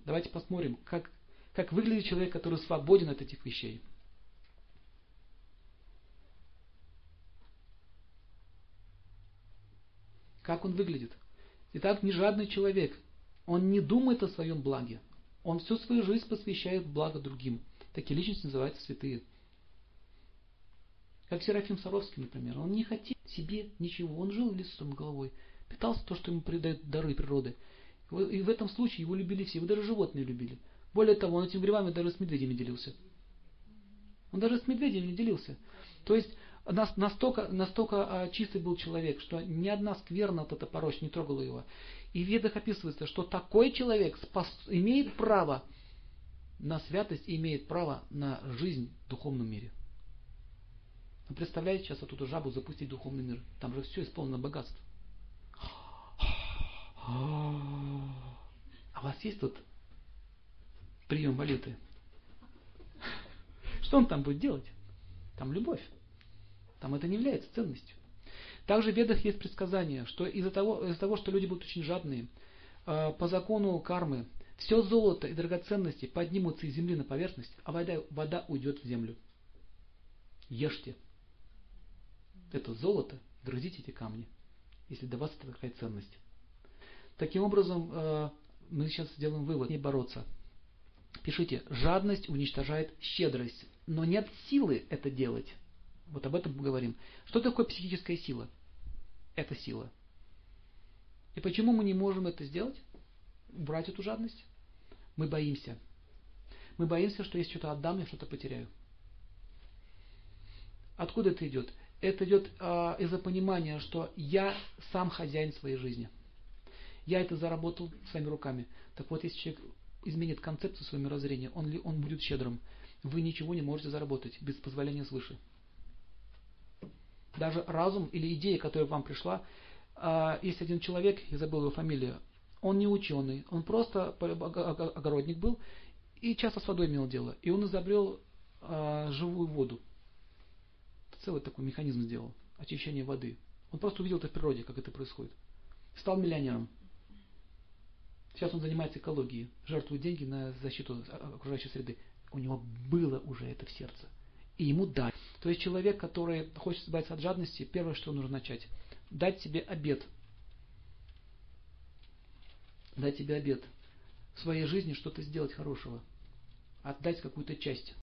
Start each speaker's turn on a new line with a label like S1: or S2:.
S1: Давайте посмотрим, как выглядит человек, который свободен от этих вещей. Как он выглядит? Итак, нежадный человек. Он не думает о своем благе. Он всю свою жизнь посвящает благо другим. Такие личности называются святые. Как Серафим Саровский, например. Он не хотел себе ничего. Он жил лесом головой. Питался то, что ему придают дары природы. И в этом случае его любили все. Его даже животные любили. Более того, он этими грибами даже с медведями делился. Он даже с медведями не делился. То есть настолько чистый был человек, что ни одна скверна, вот эта порочь, не трогала его. И в Ведах описывается, что такой человек имеет право на святость и имеет право на жизнь в духовном мире. Вы представляете, сейчас вот эту жабу запустить в духовный мир? Там же все исполнено богатство. А у вас есть тут прием валюты? Что он там будет делать? Там любовь. Там это не является ценностью. Также в Ведах есть предсказание, что из-за того, что люди будут очень жадные, по закону кармы, все золото и драгоценности поднимутся из земли на поверхность, а вода уйдет в землю. Ешьте это золото, грызите эти камни, если для вас это такая ценность. Таким образом, мы сейчас сделаем вывод: не бороться. Пишите: жадность уничтожает щедрость, но нет силы это делать. Вот об этом мы говорим. Что такое психическая сила? Это сила. И почему мы не можем это сделать? Убрать эту жадность? Мы боимся. Мы боимся, что если что-то отдам, я что-то потеряю. Откуда это идет? Это идет из-за понимания, что я сам хозяин своей жизни. Я это заработал своими руками. Так вот, если человек изменит концепцию своего мировоззрения, он будет щедрым. Вы ничего не можете заработать без позволения свыше. Даже разум или идея, которая вам пришла, есть один человек, я забыл его фамилию, он не ученый, он просто огородник был и часто с водой имел дело. И он изобрел живую воду. Целый такой механизм сделал, очищение воды. Он просто увидел это в природе, как это происходит. Стал миллионером. Сейчас он занимается экологией, жертвует деньги на защиту окружающей среды. У него было уже это в сердце. И ему дать. То есть человек, который хочет избавиться от жадности, первое, что нужно начать: дать себе обет. Дать себе обет в своей жизни что-то сделать хорошего. Отдать какую-то часть.